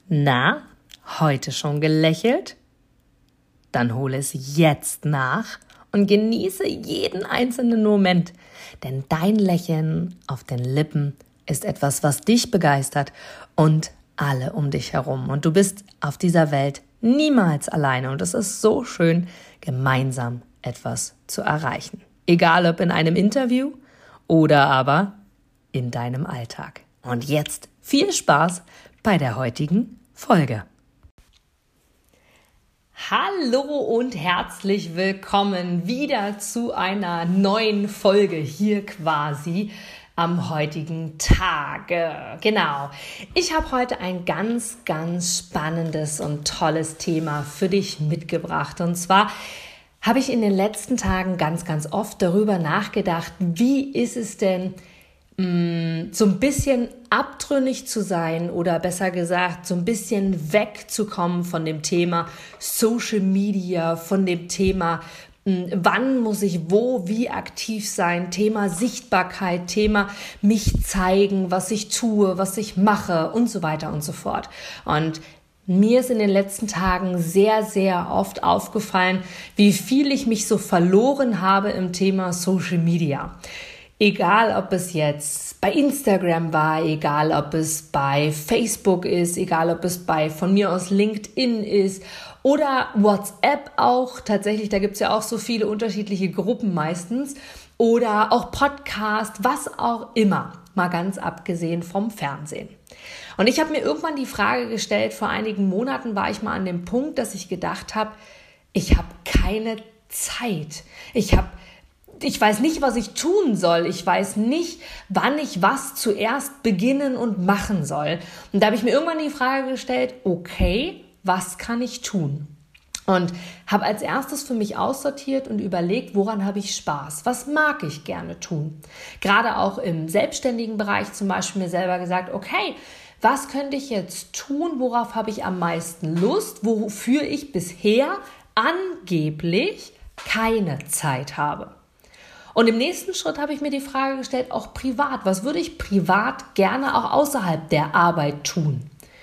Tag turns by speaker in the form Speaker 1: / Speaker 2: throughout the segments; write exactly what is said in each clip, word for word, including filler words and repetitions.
Speaker 1: Na, heute schon gelächelt? Dann hole es jetzt nach und genieße jeden einzelnen Moment, denn dein Lächeln auf den Lippen ist etwas, was dich begeistert und alle um dich herum. Und du bist auf dieser Welt niemals alleine und es ist so schön, gemeinsam etwas zu erreichen. Egal ob in einem Interview oder aber in deinem Alltag. Und jetzt viel Spaß bei der heutigen Folge. Hallo und herzlich willkommen wieder zu einer neuen Folge hier quasi am heutigen Tage. Genau. Ich habe heute ein ganz, ganz spannendes und tolles Thema für dich mitgebracht. Und zwar habe ich in den letzten Tagen ganz, ganz oft darüber nachgedacht, wie ist es denn, mh, so ein bisschen abtrünnig zu sein oder besser gesagt, so ein bisschen wegzukommen von dem Thema Social Media, von dem Thema wann muss ich wo, wie aktiv sein, Thema Sichtbarkeit, Thema mich zeigen, was ich tue, was ich mache und so weiter und so fort. Und mir ist in den letzten Tagen sehr, sehr oft aufgefallen, wie viel ich mich so verloren habe im Thema Social Media. Egal, ob es jetzt bei Instagram war, egal, ob es bei Facebook ist, egal, ob es bei von mir aus LinkedIn ist oder WhatsApp auch. Tatsächlich, da gibt es ja auch so viele unterschiedliche Gruppen meistens. Oder auch Podcast, was auch immer. Mal ganz abgesehen vom Fernsehen. Und ich habe mir irgendwann die Frage gestellt, vor einigen Monaten war ich mal an dem Punkt, dass ich gedacht habe, ich habe keine Zeit. Ich habe Ich weiß nicht, was ich tun soll. Ich weiß nicht, wann ich was zuerst beginnen und machen soll. Und da habe ich mir irgendwann die Frage gestellt, okay, was kann ich tun? Und habe als erstes für mich aussortiert und überlegt, woran habe ich Spaß? Was mag ich gerne tun? Gerade auch im selbstständigen Bereich zum Beispiel mir selber gesagt, okay, was könnte ich jetzt tun? Worauf habe ich am meisten Lust? Wofür ich bisher angeblich keine Zeit habe. Und im nächsten Schritt habe ich mir die Frage gestellt, auch privat, was würde ich privat gerne auch außerhalb der Arbeit tun?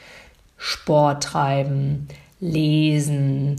Speaker 1: Sport treiben, lesen,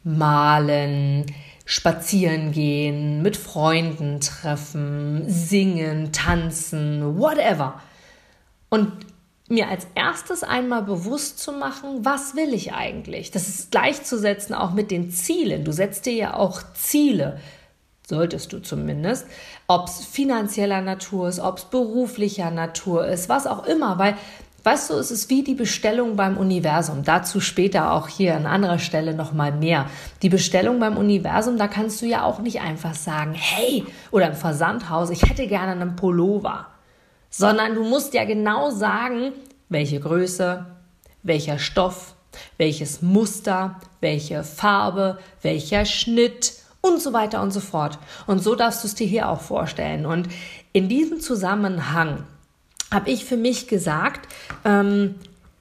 Speaker 1: malen, spazieren gehen, mit Freunden treffen, singen, tanzen, whatever. Und mir als erstes einmal bewusst zu machen, was will ich eigentlich? Das ist gleichzusetzen auch mit den Zielen. Du setzt dir ja auch Ziele. Solltest du zumindest, ob es finanzieller Natur ist, ob es beruflicher Natur ist, was auch immer, weil, weißt du, es ist wie die Bestellung beim Universum, dazu später auch hier an anderer Stelle nochmal mehr. Die Bestellung beim Universum, da kannst du ja auch nicht einfach sagen, hey, oder im Versandhaus, ich hätte gerne einen Pullover, sondern du musst ja genau sagen, welche Größe, welcher Stoff, welches Muster, welche Farbe, welcher Schnitt, und so weiter und so fort. Und so darfst du es dir hier auch vorstellen. Und in diesem Zusammenhang habe ich für mich gesagt, ähm,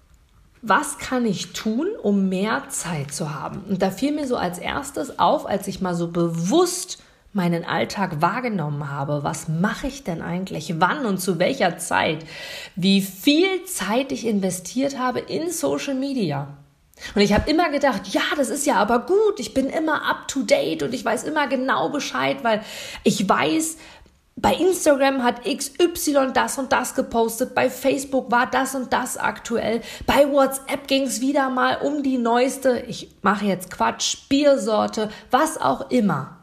Speaker 1: was kann ich tun, um mehr Zeit zu haben? Und da fiel mir so als erstes auf, als ich mal so bewusst meinen Alltag wahrgenommen habe, was mache ich denn eigentlich, wann und zu welcher Zeit, wie viel Zeit ich investiert habe in Social Media. Und ich habe immer gedacht, ja, das ist ja aber gut, ich bin immer up to date und ich weiß immer genau Bescheid, weil ich weiß, bei Instagram hat X Y das und das gepostet, bei Facebook war das und das aktuell, bei WhatsApp ging es wieder mal um die neueste, ich mache jetzt Quatsch, Biersorte, was auch immer.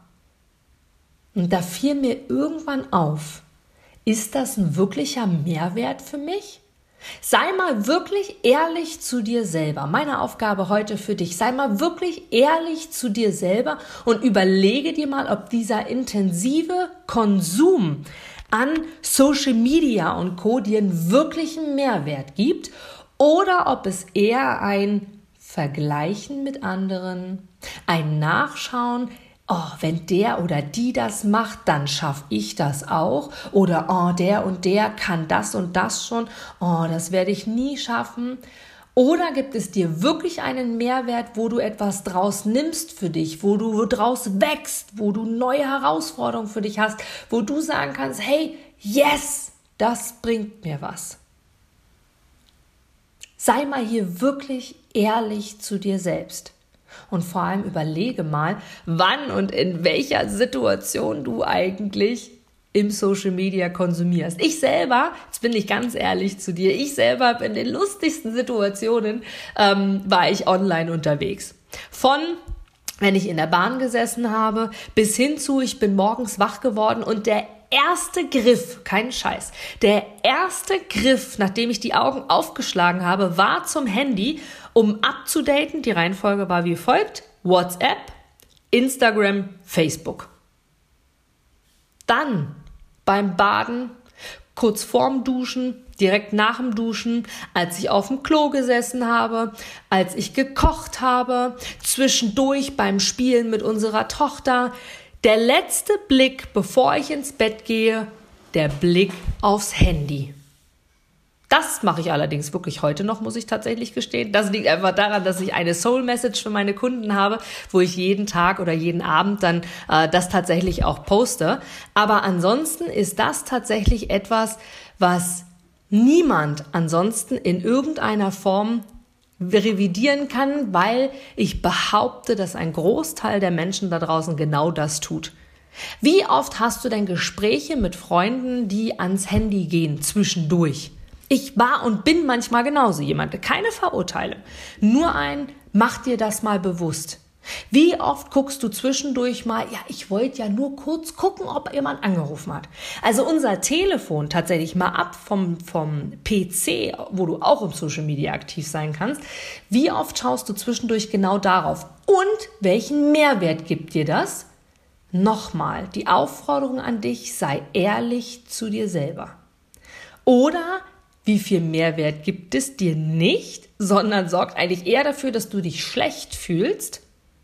Speaker 1: Und da fiel mir irgendwann auf, ist das ein wirklicher Mehrwert für mich? Sei mal wirklich ehrlich zu dir selber. Meine Aufgabe heute für dich, sei mal wirklich ehrlich zu dir selber und überlege dir mal, ob dieser intensive Konsum an Social Media und Co. dir einen wirklichen Mehrwert gibt oder ob es eher ein Vergleichen mit anderen, ein Nachschauen, oh, wenn der oder die das macht, dann schaffe ich das auch. Oder oh, der und der kann das und das schon. Oh, das werde ich nie schaffen. Oder gibt es dir wirklich einen Mehrwert, wo du etwas draus nimmst für dich, wo du draus wächst, wo du neue Herausforderungen für dich hast, wo du sagen kannst, hey, yes, das bringt mir was. Sei mal hier wirklich ehrlich zu dir selbst. Und vor allem überlege mal, wann und in welcher Situation du eigentlich im Social Media konsumierst. Ich selber, jetzt bin ich ganz ehrlich zu dir, ich selber in den lustigsten Situationen ähm, war ich online unterwegs. Von wenn ich in der Bahn gesessen habe, bis hin zu, ich bin morgens wach geworden und der erste Griff, kein Scheiß, der erste Griff, nachdem ich die Augen aufgeschlagen habe, war zum Handy, um abzudaten. Die Reihenfolge war wie folgt: WhatsApp, Instagram, Facebook. Dann beim Baden, kurz vorm Duschen, direkt nach dem Duschen, als ich auf dem Klo gesessen habe, als ich gekocht habe, zwischendurch beim Spielen mit unserer Tochter. Der letzte Blick, bevor ich ins Bett gehe, der Blick aufs Handy. Das mache ich allerdings wirklich heute noch, muss ich tatsächlich gestehen. Das liegt einfach daran, dass ich eine Soul-Message für meine Kunden habe, wo ich jeden Tag oder jeden Abend dann äh, das tatsächlich auch poste. Aber ansonsten ist das tatsächlich etwas, was niemand ansonsten in irgendeiner Form revidieren kann, weil ich behaupte, dass ein Großteil der Menschen da draußen genau das tut. Wie oft hast du denn Gespräche mit Freunden, die ans Handy gehen zwischendurch? Ich war und bin manchmal genauso jemand. Keine Verurteilung. Nur ein, mach dir das mal bewusst. Wie oft guckst du zwischendurch mal, ja, ich wollte ja nur kurz gucken, ob jemand angerufen hat. Also unser Telefon tatsächlich mal ab vom, vom P C, wo du auch im Social Media aktiv sein kannst. Wie oft schaust du zwischendurch genau darauf? Und welchen Mehrwert gibt dir das? Nochmal, die Aufforderung an dich, sei ehrlich zu dir selber. Oder wie viel Mehrwert gibt es dir nicht, sondern sorgt eigentlich eher dafür, dass du dich schlecht fühlst,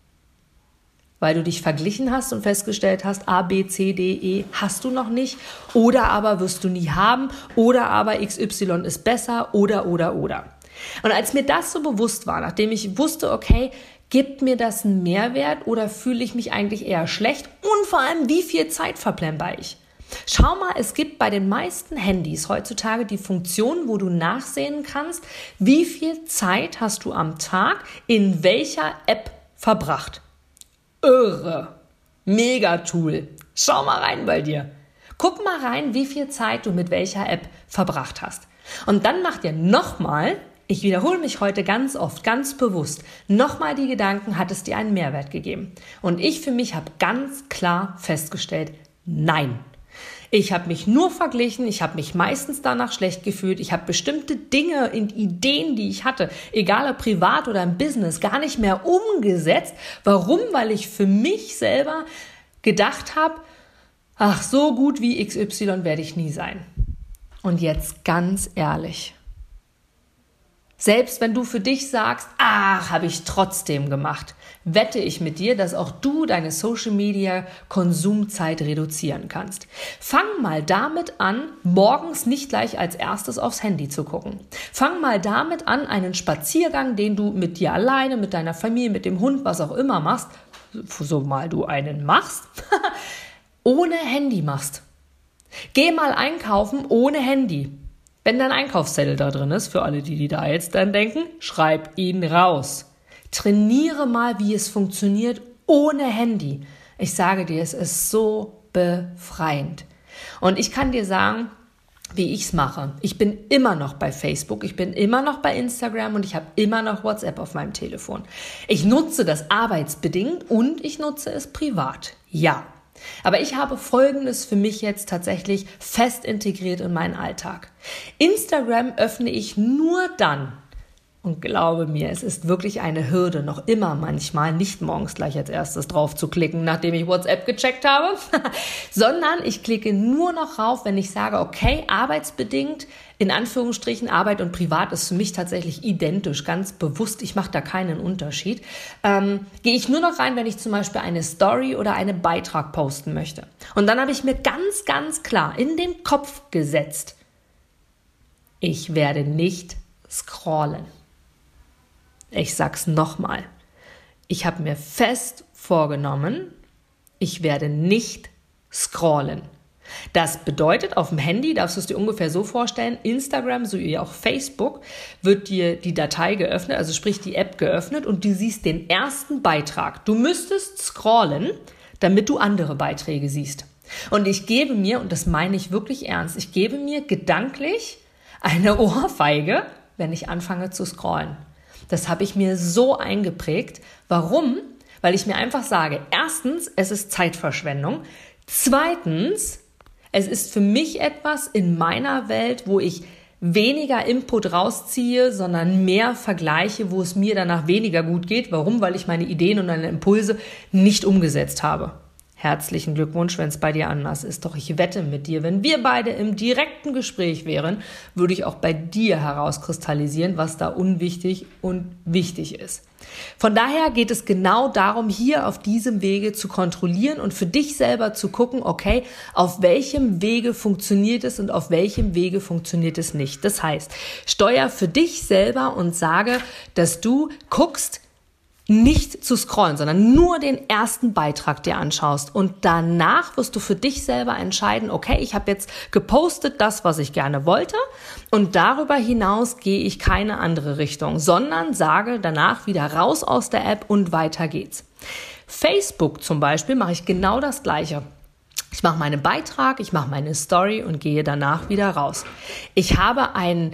Speaker 1: weil du dich verglichen hast und festgestellt hast, A, B, C, D, E hast du noch nicht oder aber wirst du nie haben oder aber X Y ist besser oder, oder, oder. Und als mir das so bewusst war, nachdem ich wusste, okay, gibt mir das einen Mehrwert oder fühle ich mich eigentlich eher schlecht und vor allem, wie viel Zeit verplemper ich? Schau mal, es gibt bei den meisten Handys heutzutage die Funktion, wo du nachsehen kannst, wie viel Zeit hast du am Tag in welcher App verbracht. Irre. Mega-Tool. Schau mal rein bei dir. Guck mal rein, wie viel Zeit du mit welcher App verbracht hast. Und dann mach dir nochmal, ich wiederhole mich heute ganz oft, ganz bewusst, nochmal die Gedanken, hat es dir einen Mehrwert gegeben? Und ich für mich habe ganz klar festgestellt, nein. Ich habe mich nur verglichen, ich habe mich meistens danach schlecht gefühlt, ich habe bestimmte Dinge und Ideen, die ich hatte, egal ob privat oder im Business, gar nicht mehr umgesetzt. Warum? Weil ich für mich selber gedacht habe, ach, so gut wie X Y werde ich nie sein. Und jetzt ganz ehrlich, selbst wenn du für dich sagst, ach, habe ich trotzdem gemacht, wette ich mit dir, dass auch du deine Social-Media-Konsumzeit reduzieren kannst. Fang mal damit an, morgens nicht gleich als erstes aufs Handy zu gucken. Fang mal damit an, einen Spaziergang, den du mit dir alleine, mit deiner Familie, mit dem Hund, was auch immer machst, so mal du einen machst, ohne Handy machst. Geh mal einkaufen ohne Handy. Wenn dein Einkaufszettel da drin ist, für alle, die, die da jetzt dann denken, schreib ihn raus. Trainiere mal, wie es funktioniert ohne Handy. Ich sage dir, es ist so befreiend. Und ich kann dir sagen, wie ich es mache. Ich bin immer noch bei Facebook, ich bin immer noch bei Instagram und ich habe immer noch WhatsApp auf meinem Telefon. Ich nutze das arbeitsbedingt und ich nutze es privat. Ja. Aber ich habe Folgendes für mich jetzt tatsächlich fest integriert in meinen Alltag. Instagram öffne ich nur dann, und glaube mir, es ist wirklich eine Hürde, noch immer manchmal, nicht morgens gleich als erstes drauf zu klicken, nachdem ich WhatsApp gecheckt habe, sondern ich klicke nur noch rauf, wenn ich sage, okay, arbeitsbedingt, in Anführungsstrichen, Arbeit und Privat ist für mich tatsächlich identisch, ganz bewusst, ich mache da keinen Unterschied, ähm, gehe ich nur noch rein, wenn ich zum Beispiel eine Story oder einen Beitrag posten möchte. Und dann habe ich mir ganz, ganz klar in den Kopf gesetzt, ich werde nicht scrollen. Ich sag's nochmal. Ich habe mir fest vorgenommen, ich werde nicht scrollen. Das bedeutet, auf dem Handy darfst du es dir ungefähr so vorstellen, Instagram sowie auch Facebook wird dir die Datei geöffnet, also sprich die App geöffnet und du siehst den ersten Beitrag. Du müsstest scrollen, damit du andere Beiträge siehst. Und ich gebe mir, und das meine ich wirklich ernst, ich gebe mir gedanklich eine Ohrfeige, wenn ich anfange zu scrollen. Das habe ich mir so eingeprägt. Warum? Weil ich mir einfach sage, erstens, es ist Zeitverschwendung. Zweitens, es ist für mich etwas in meiner Welt, wo ich weniger Input rausziehe, sondern mehr vergleiche, wo es mir danach weniger gut geht. Warum? Weil ich meine Ideen und meine Impulse nicht umgesetzt habe. Herzlichen Glückwunsch, wenn es bei dir anders ist. Doch ich wette mit dir, wenn wir beide im direkten Gespräch wären, würde ich auch bei dir herauskristallisieren, was da unwichtig und wichtig ist. Von daher geht es genau darum, hier auf diesem Wege zu kontrollieren und für dich selber zu gucken, okay, auf welchem Wege funktioniert es und auf welchem Wege funktioniert es nicht. Das heißt, steuer für dich selber und sage, dass du guckst, nicht zu scrollen, sondern nur den ersten Beitrag dir anschaust und danach wirst du für dich selber entscheiden, okay, ich habe jetzt gepostet das, was ich gerne wollte und darüber hinaus gehe ich keine andere Richtung, sondern sage danach wieder raus aus der App und weiter geht's. Facebook zum Beispiel mache ich genau das Gleiche. Ich mache meinen Beitrag, ich mache meine Story und gehe danach wieder raus. Ich habe ein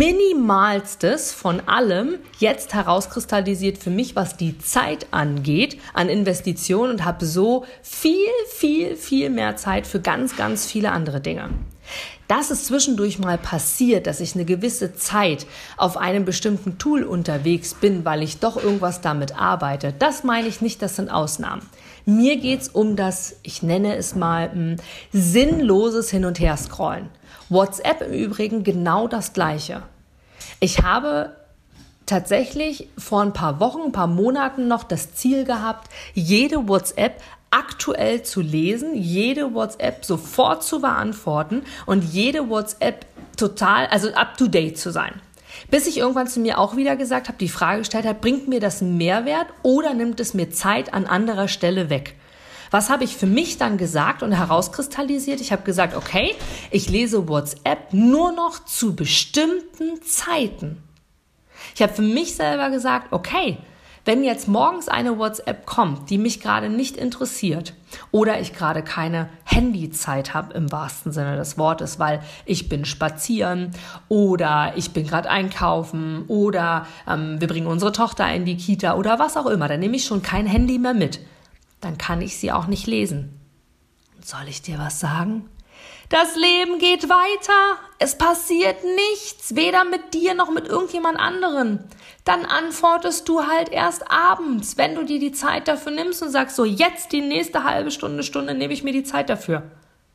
Speaker 1: minimalstes von allem jetzt herauskristallisiert für mich, was die Zeit angeht, an Investitionen und habe so viel, viel, viel mehr Zeit für ganz, ganz viele andere Dinge. Dass es zwischendurch mal passiert, dass ich eine gewisse Zeit auf einem bestimmten Tool unterwegs bin, weil ich doch irgendwas damit arbeite, das meine ich nicht, das sind Ausnahmen. Mir geht's um das, ich nenne es mal, m, sinnloses Hin- und Her-Scrollen. WhatsApp im Übrigen genau das Gleiche. Ich habe tatsächlich vor ein paar Wochen, ein paar Monaten noch das Ziel gehabt, jede WhatsApp aktuell zu lesen, jede WhatsApp sofort zu beantworten und jede WhatsApp total, also up to date zu sein. Bis ich irgendwann zu mir auch wieder gesagt habe, die Frage gestellt habe, bringt mir das einen Mehrwert oder nimmt es mir Zeit an anderer Stelle weg? Was habe ich für mich dann gesagt und herauskristallisiert? Ich habe gesagt, okay, ich lese WhatsApp nur noch zu bestimmten Zeiten. Ich habe für mich selber gesagt, okay, wenn jetzt morgens eine WhatsApp kommt, die mich gerade nicht interessiert oder ich gerade keine Handyzeit habe im wahrsten Sinne des Wortes, weil ich bin spazieren oder ich bin gerade einkaufen oder ähm, wir bringen unsere Tochter in die Kita oder was auch immer, dann nehme ich schon kein Handy mehr mit. Dann kann ich sie auch nicht lesen. Und soll ich dir was sagen? Das Leben geht weiter. Es passiert nichts, weder mit dir noch mit irgendjemand anderen. Dann antwortest du halt erst abends, wenn du dir die Zeit dafür nimmst und sagst, so jetzt die nächste halbe Stunde, Stunde nehme ich mir die Zeit dafür.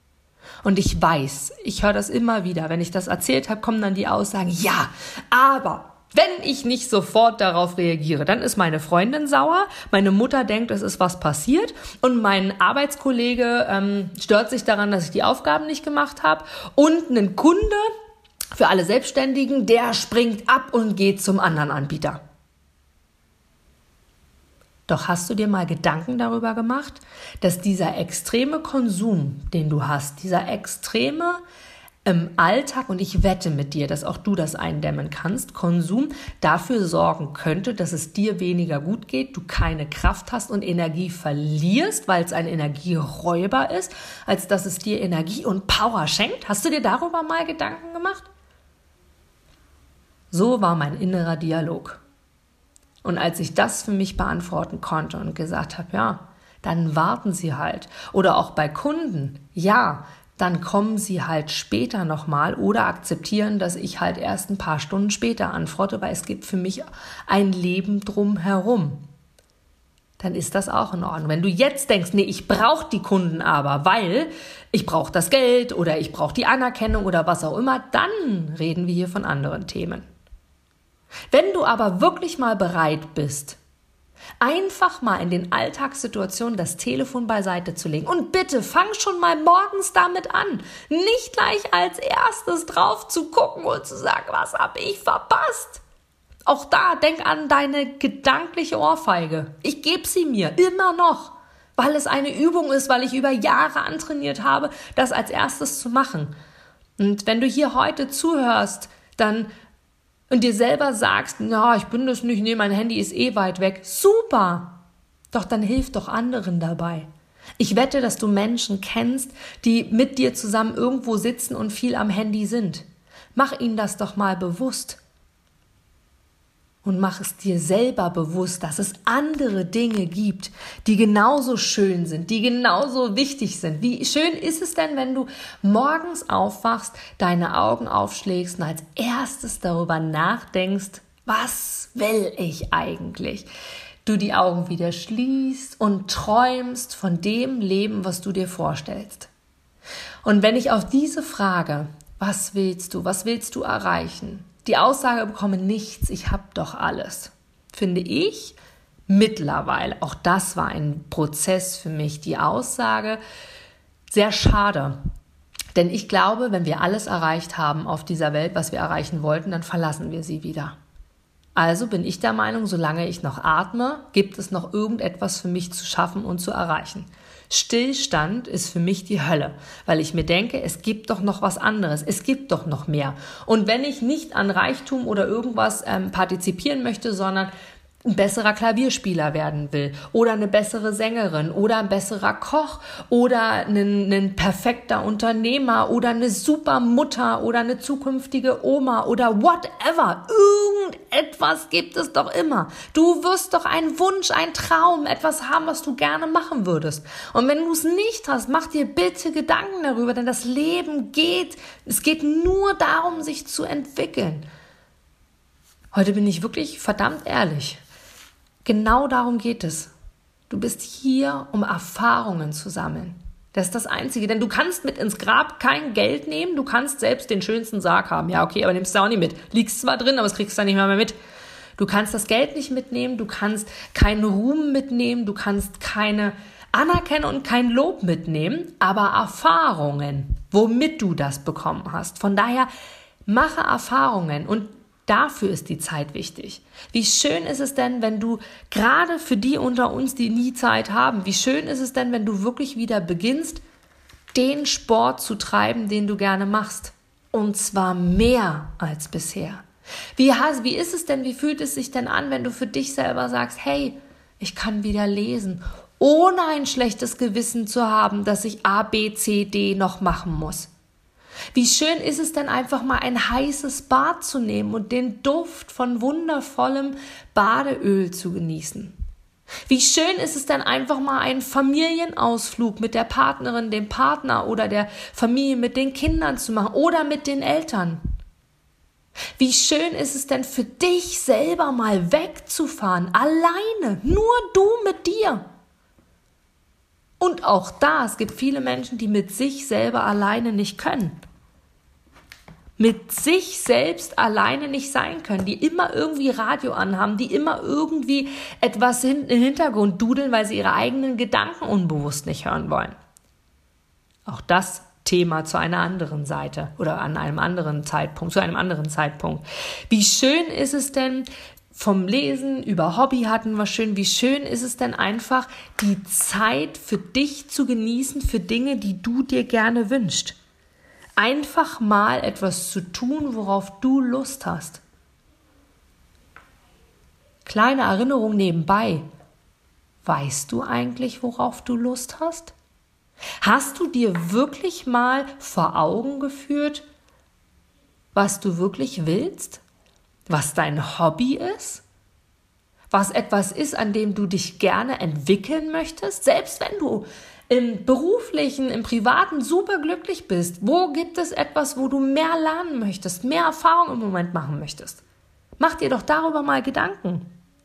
Speaker 1: Und ich weiß, ich höre das immer wieder, wenn ich das erzählt habe, kommen dann die Aussagen, ja, aber wenn ich nicht sofort darauf reagiere, dann ist meine Freundin sauer, meine Mutter denkt, es ist was passiert und mein Arbeitskollege ähm, stört sich daran, dass ich die Aufgaben nicht gemacht habe und ein Kunde für alle Selbstständigen, der springt ab und geht zum anderen Anbieter. Doch hast du dir mal Gedanken darüber gemacht, dass dieser extreme Konsum, den du hast, dieser extreme im Alltag, und ich wette mit dir, dass auch du das eindämmen kannst, Konsum dafür sorgen könnte, dass es dir weniger gut geht, du keine Kraft hast und Energie verlierst, weil es ein Energieräuber ist, als dass es dir Energie und Power schenkt? Hast du dir darüber mal Gedanken gemacht? So war mein innerer Dialog. Und als ich das für mich beantworten konnte und gesagt habe, ja, dann warten sie halt. Oder auch bei Kunden, ja, dann kommen sie halt später nochmal oder akzeptieren, dass ich halt erst ein paar Stunden später antworte, weil es gibt für mich ein Leben drumherum. Dann ist das auch in Ordnung. Wenn du jetzt denkst, nee, ich brauche die Kunden aber, weil ich brauche das Geld oder ich brauche die Anerkennung oder was auch immer, dann reden wir hier von anderen Themen. Wenn du aber wirklich mal bereit bist, einfach mal in den Alltagssituationen das Telefon beiseite zu legen. Und bitte fang schon mal morgens damit an. Nicht gleich als erstes drauf zu gucken und zu sagen, was habe ich verpasst. Auch da, denk an deine gedankliche Ohrfeige. Ich gebe sie mir immer noch. weil es eine Übung ist, weil ich über Jahre antrainiert habe, das als erstes zu machen. Und wenn du hier heute zuhörst, dann und dir selber sagst, na, ich bin das nicht, nee, mein Handy ist eh weit weg, super, doch dann hilf doch anderen dabei. Ich wette, dass du Menschen kennst, die mit dir zusammen irgendwo sitzen und viel am Handy sind. Mach ihnen das doch mal bewusst. Und mach es dir selber bewusst, dass es andere Dinge gibt, die genauso schön sind, die genauso wichtig sind. Wie schön ist es denn, wenn du morgens aufwachst, deine Augen aufschlägst und als erstes darüber nachdenkst, was will ich eigentlich? Du die Augen wieder schließt und träumst von dem Leben, was du dir vorstellst. Und wenn ich auf diese Frage, was willst du, was willst du erreichen, die Aussage bekomme, nichts, ich habe doch alles, finde ich mittlerweile, auch das war ein Prozess für mich, die Aussage sehr schade. Denn ich glaube, wenn wir alles erreicht haben auf dieser Welt, was wir erreichen wollten, dann verlassen wir sie wieder. Also bin ich der Meinung, solange ich noch atme, gibt es noch irgendetwas für mich zu schaffen und zu erreichen. Stillstand ist für mich die Hölle, weil ich mir denke, es gibt doch noch was anderes, es gibt doch noch mehr. Und wenn ich nicht an Reichtum oder irgendwas ähm, partizipieren möchte, sondern ein besserer Klavierspieler werden will oder eine bessere Sängerin oder ein besserer Koch oder ein, ein perfekter Unternehmer oder eine super Mutter oder eine zukünftige Oma oder whatever. Irgendetwas gibt es doch immer. Du wirst doch einen Wunsch, einen Traum, etwas haben, was du gerne machen würdest. Und wenn du es nicht hast, mach dir bitte Gedanken darüber, denn das Leben geht, es geht nur darum, sich zu entwickeln. Heute bin ich wirklich verdammt ehrlich. Genau darum geht es. Du bist hier, um Erfahrungen zu sammeln. Das ist das Einzige, denn du kannst mit ins Grab kein Geld nehmen, du kannst selbst den schönsten Sarg haben. Ja, okay, aber nimmst du auch nicht mit. Liegst zwar drin, aber das kriegst du dann nicht mehr, mehr mit. Du kannst das Geld nicht mitnehmen, du kannst keinen Ruhm mitnehmen, du kannst keine Anerkennung und kein Lob mitnehmen, aber Erfahrungen, womit du das bekommen hast. Von daher mache Erfahrungen und dafür ist die Zeit wichtig. Wie schön ist es denn, wenn du, gerade für die unter uns, die nie Zeit haben, wie schön ist es denn, wenn du wirklich wieder beginnst, den Sport zu treiben, den du gerne machst. Und zwar mehr als bisher. Wie, wie ist es denn, wie fühlt es sich denn an, wenn du für dich selber sagst, hey, ich kann wieder lesen, ohne ein schlechtes Gewissen zu haben, dass ich A, B, C, D noch machen muss? Wie schön ist es denn einfach mal ein heißes Bad zu nehmen und den Duft von wundervollem Badeöl zu genießen? Wie schön ist es denn einfach mal einen Familienausflug mit der Partnerin, dem Partner oder der Familie mit den Kindern zu machen oder mit den Eltern? Wie schön ist es denn für dich selber mal wegzufahren, alleine, nur du mit dir? Und auch da, es gibt viele Menschen, die mit sich selber alleine nicht können. Mit sich selbst alleine nicht sein können, die immer irgendwie Radio anhaben, die immer irgendwie etwas im Hintergrund dudeln, weil sie ihre eigenen Gedanken unbewusst nicht hören wollen. Auch das Thema zu einer anderen Seite oder an einem anderen Zeitpunkt, zu einem anderen Zeitpunkt. Wie schön ist es denn, vom Lesen über Hobby hatten wir schön, wie schön ist es denn einfach, die Zeit für dich zu genießen, für Dinge, die du dir gerne wünschst. Einfach mal etwas zu tun, worauf du Lust hast. Kleine Erinnerung nebenbei. Weißt du eigentlich, worauf du Lust hast? Hast du dir wirklich mal vor Augen geführt, was du wirklich willst? Was dein Hobby ist? Was etwas ist, an dem du dich gerne entwickeln möchtest? Selbst wenn du im Beruflichen, im Privaten super glücklich bist, wo gibt es etwas, wo du mehr lernen möchtest, mehr Erfahrung im Moment machen möchtest? Mach dir doch darüber mal Gedanken.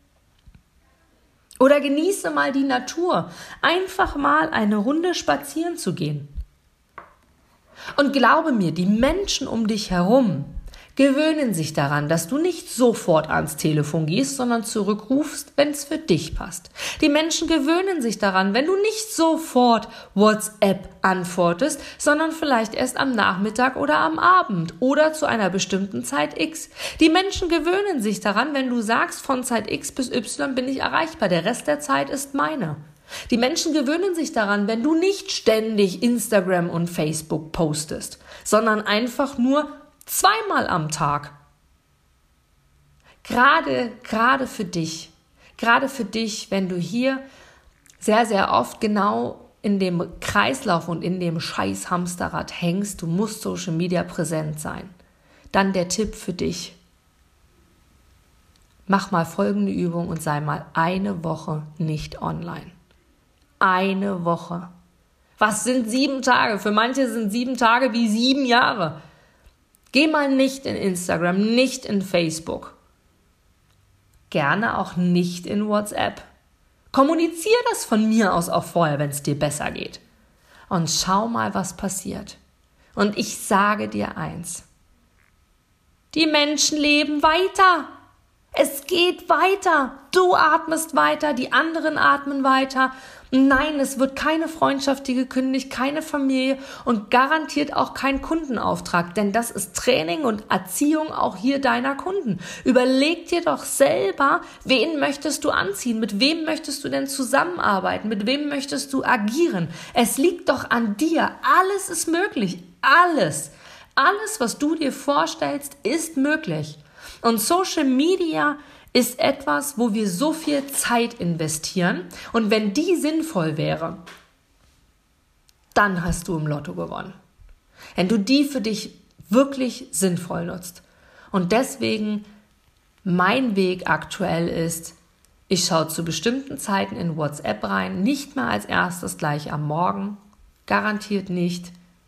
Speaker 1: Oder genieße mal die Natur, einfach mal eine Runde spazieren zu gehen. Und glaube mir, die Menschen um dich herum gewöhnen sich daran, dass du nicht sofort ans Telefon gehst, sondern zurückrufst, wenn es für dich passt. Die Menschen gewöhnen sich daran, wenn du nicht sofort WhatsApp antwortest, sondern vielleicht erst am Nachmittag oder am Abend oder zu einer bestimmten Zeit X. Die Menschen gewöhnen sich daran, wenn du sagst, von Zeit X bis Y bin ich erreichbar, der Rest der Zeit ist meine. Die Menschen gewöhnen sich daran, wenn du nicht ständig Instagram und Facebook postest, sondern einfach nur zweimal am Tag. Gerade, gerade für dich, gerade für dich, wenn du hier sehr, sehr oft genau in dem Kreislauf und in dem scheiß Hamsterrad hängst, du musst Social Media präsent sein. Dann der Tipp für dich. Mach mal folgende Übung und sei mal eine Woche nicht online. Eine Woche. Was sind sieben Tage? Für manche sind sieben Tage wie sieben Jahre. Geh mal nicht in Instagram, nicht in Facebook. Gerne auch nicht in WhatsApp. Kommunizier das von mir aus auch vorher, wenn es dir besser geht. Und schau mal, was passiert. Und ich sage dir eins. Die Menschen leben weiter. Es geht weiter. Du atmest weiter, die anderen atmen weiter. Nein, es wird keine Freundschaft dir gekündigt, keine Familie und garantiert auch kein Kundenauftrag, denn das ist Training und Erziehung auch hier deiner Kunden. Überleg dir doch selber, wen möchtest du anziehen, mit wem möchtest du denn zusammenarbeiten, mit wem möchtest du agieren. Es liegt doch an dir, alles ist möglich, alles. Alles, was du dir vorstellst, ist möglich. Und Social Media ist etwas, wo wir so viel Zeit investieren. Und wenn die sinnvoll wäre, dann hast du im Lotto gewonnen. Wenn du die für dich wirklich sinnvoll nutzt. Und deswegen mein Weg aktuell ist, ich schaue zu bestimmten Zeiten in WhatsApp rein, nicht mehr als erstes gleich am Morgen, garantiert nicht.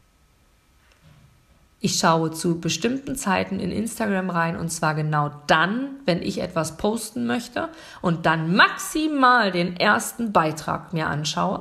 Speaker 1: Ich schaue zu bestimmten Zeiten in Instagram rein und zwar genau dann, wenn ich etwas posten möchte und dann maximal den ersten Beitrag mir anschaue.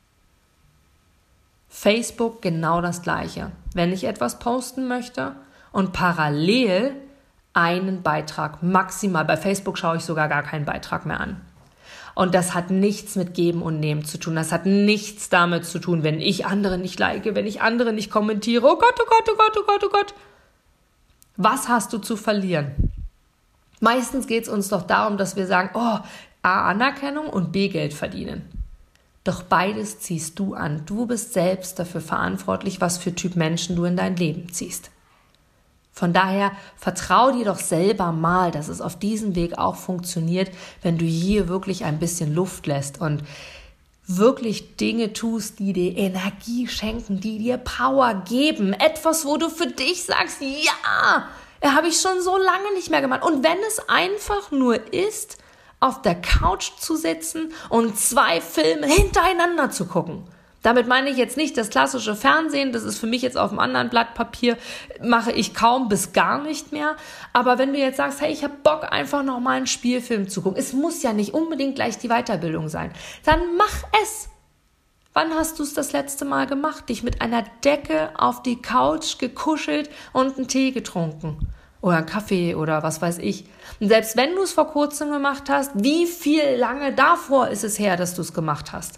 Speaker 1: Facebook genau das Gleiche. Wenn ich etwas posten möchte und parallel einen Beitrag maximal, bei Facebook schaue ich sogar gar keinen Beitrag mehr an. Und das hat nichts mit Geben und Nehmen zu tun. Das hat nichts damit zu tun, wenn ich andere nicht like, wenn ich andere nicht kommentiere. Oh Gott, oh Gott, oh Gott, oh Gott, oh Gott. Was hast du zu verlieren? Meistens geht es uns doch darum, dass wir sagen, oh, A, Anerkennung und B, Geld verdienen. Doch beides ziehst du an. Du bist selbst dafür verantwortlich, was für Typ Menschen du in dein Leben ziehst. Von daher vertrau dir doch selber mal, dass es auf diesem Weg auch funktioniert, wenn du hier wirklich ein bisschen Luft lässt und wirklich Dinge tust, die dir Energie schenken, die dir Power geben. Etwas, wo du für dich sagst, ja, habe ich schon so lange nicht mehr gemacht. Und wenn es einfach nur ist, auf der Couch zu sitzen und zwei Filme hintereinander zu gucken. Damit meine ich jetzt nicht das klassische Fernsehen, das ist für mich jetzt auf einem anderen Blatt Papier, mache ich kaum bis gar nicht mehr. Aber wenn du jetzt sagst, hey, ich habe Bock, einfach nochmal einen Spielfilm zu gucken, es muss ja nicht unbedingt gleich die Weiterbildung sein, dann mach es. Wann hast du es das letzte Mal gemacht? Dich mit einer Decke auf die Couch gekuschelt und einen Tee getrunken? Oder einen Kaffee oder was weiß ich. Und selbst wenn du es vor kurzem gemacht hast, wie viel lange davor ist es her, dass du es gemacht hast?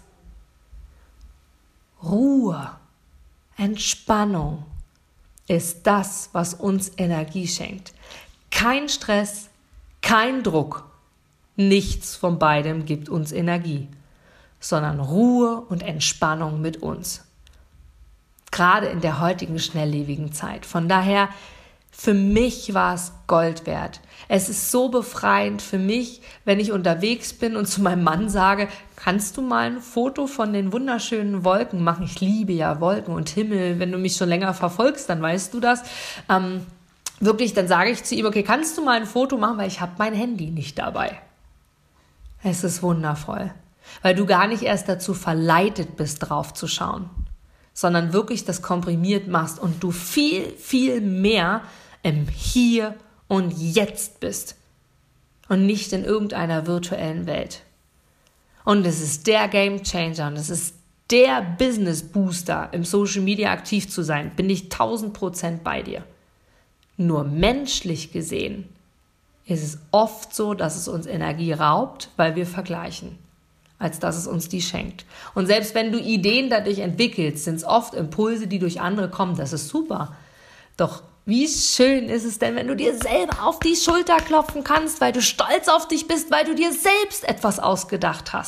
Speaker 1: Ruhe, Entspannung ist das, was uns Energie schenkt. Kein Stress, kein Druck, nichts von beidem gibt uns Energie, sondern Ruhe und Entspannung mit uns. Gerade in der heutigen schnelllebigen Zeit. Von daher, für mich war es Gold wert. Es ist so befreiend für mich, wenn ich unterwegs bin und zu meinem Mann sage, kannst du mal ein Foto von den wunderschönen Wolken machen? Ich liebe ja Wolken und Himmel. Wenn du mich schon länger verfolgst, dann weißt du das. Ähm, wirklich, dann sage ich zu ihm, okay, kannst du mal ein Foto machen, weil ich habe mein Handy nicht dabei. Es ist wundervoll, weil du gar nicht erst dazu verleitet bist, drauf zu schauen, sondern wirklich das komprimiert machst und du viel, viel mehr im Hier und Jetzt bist und nicht in irgendeiner virtuellen Welt. Und es ist der Game Changer und es ist der Business Booster, im Social Media aktiv zu sein, bin ich tausend Prozent bei dir. Nur menschlich gesehen ist es oft so, dass es uns Energie raubt, weil wir vergleichen, als dass es uns die schenkt. Und selbst wenn du Ideen dadurch entwickelst, sind es oft Impulse, die durch andere kommen. Das ist super. Doch wie schön ist es denn, wenn du dir selber auf die Schulter klopfen kannst, weil du stolz auf dich bist, weil du dir selbst etwas ausgedacht hast.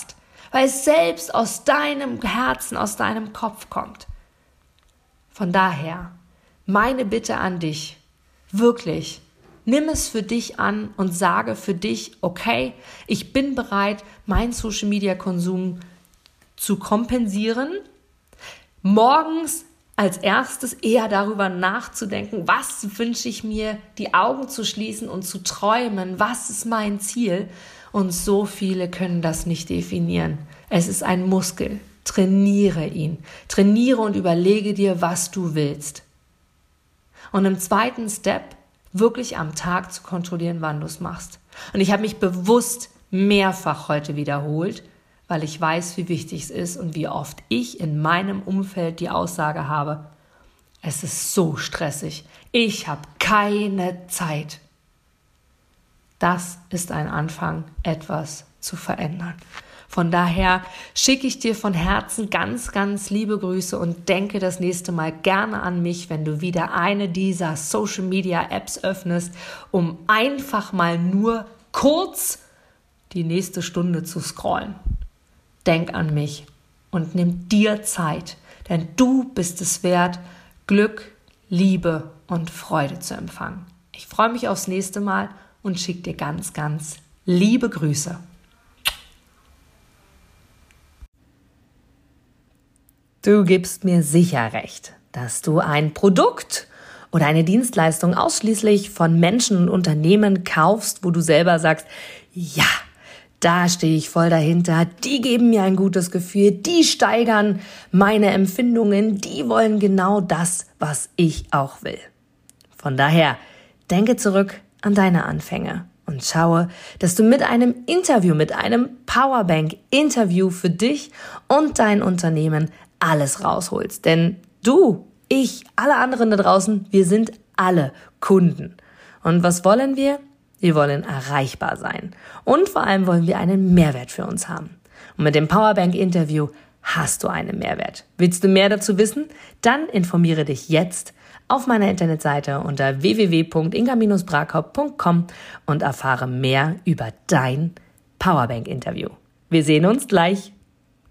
Speaker 1: weil es selbst aus deinem Herzen, aus deinem Kopf kommt. Von daher, meine Bitte an dich, wirklich, nimm es für dich an und sage für dich, okay, ich bin bereit, meinen Social-Media-Konsum zu kompensieren, morgens als erstes eher darüber nachzudenken, was wünsche ich mir, die Augen zu schließen und zu träumen, was ist mein Ziel? Und so viele können das nicht definieren. Es ist ein Muskel. Trainiere ihn. Trainiere und überlege dir, was du willst. Und im zweiten Step wirklich am Tag zu kontrollieren, wann du es machst. Und ich habe mich bewusst mehrfach heute wiederholt, weil ich weiß, wie wichtig es ist und wie oft ich in meinem Umfeld die Aussage habe, es ist so stressig, ich habe keine Zeit. Das ist ein Anfang, etwas zu verändern. Von daher schicke ich dir von Herzen ganz, ganz liebe Grüße und denke das nächste Mal gerne an mich, wenn du wieder eine dieser Social-Media-Apps öffnest, um einfach mal nur kurz die nächste Stunde zu scrollen. Denk an mich und nimm dir Zeit, denn du bist es wert, Glück, Liebe und Freude zu empfangen. Ich freue mich aufs nächste Mal und schicke dir ganz, ganz liebe Grüße. Du gibst mir sicher recht, dass du ein Produkt oder eine Dienstleistung ausschließlich von Menschen und Unternehmen kaufst, wo du selber sagst, ja, da stehe ich voll dahinter, die geben mir ein gutes Gefühl, die steigern meine Empfindungen, die wollen genau das, was ich auch will. Von daher, denke zurück an deine Anfänge und schaue, dass du mit einem Interview, mit einem Powerbank-Interview für dich und dein Unternehmen alles rausholst. Denn du, ich, alle anderen da draußen, wir sind alle Kunden. Und was wollen wir? Wir wollen erreichbar sein. Und vor allem wollen wir einen Mehrwert für uns haben. Und mit dem Powerbank-Interview hast du einen Mehrwert. Willst du mehr dazu wissen? Dann informiere dich jetzt auf meiner Internetseite unter w w w punkt inga dash brakop punkt com und erfahre mehr über dein Powerbank-Interview. Wir sehen uns gleich.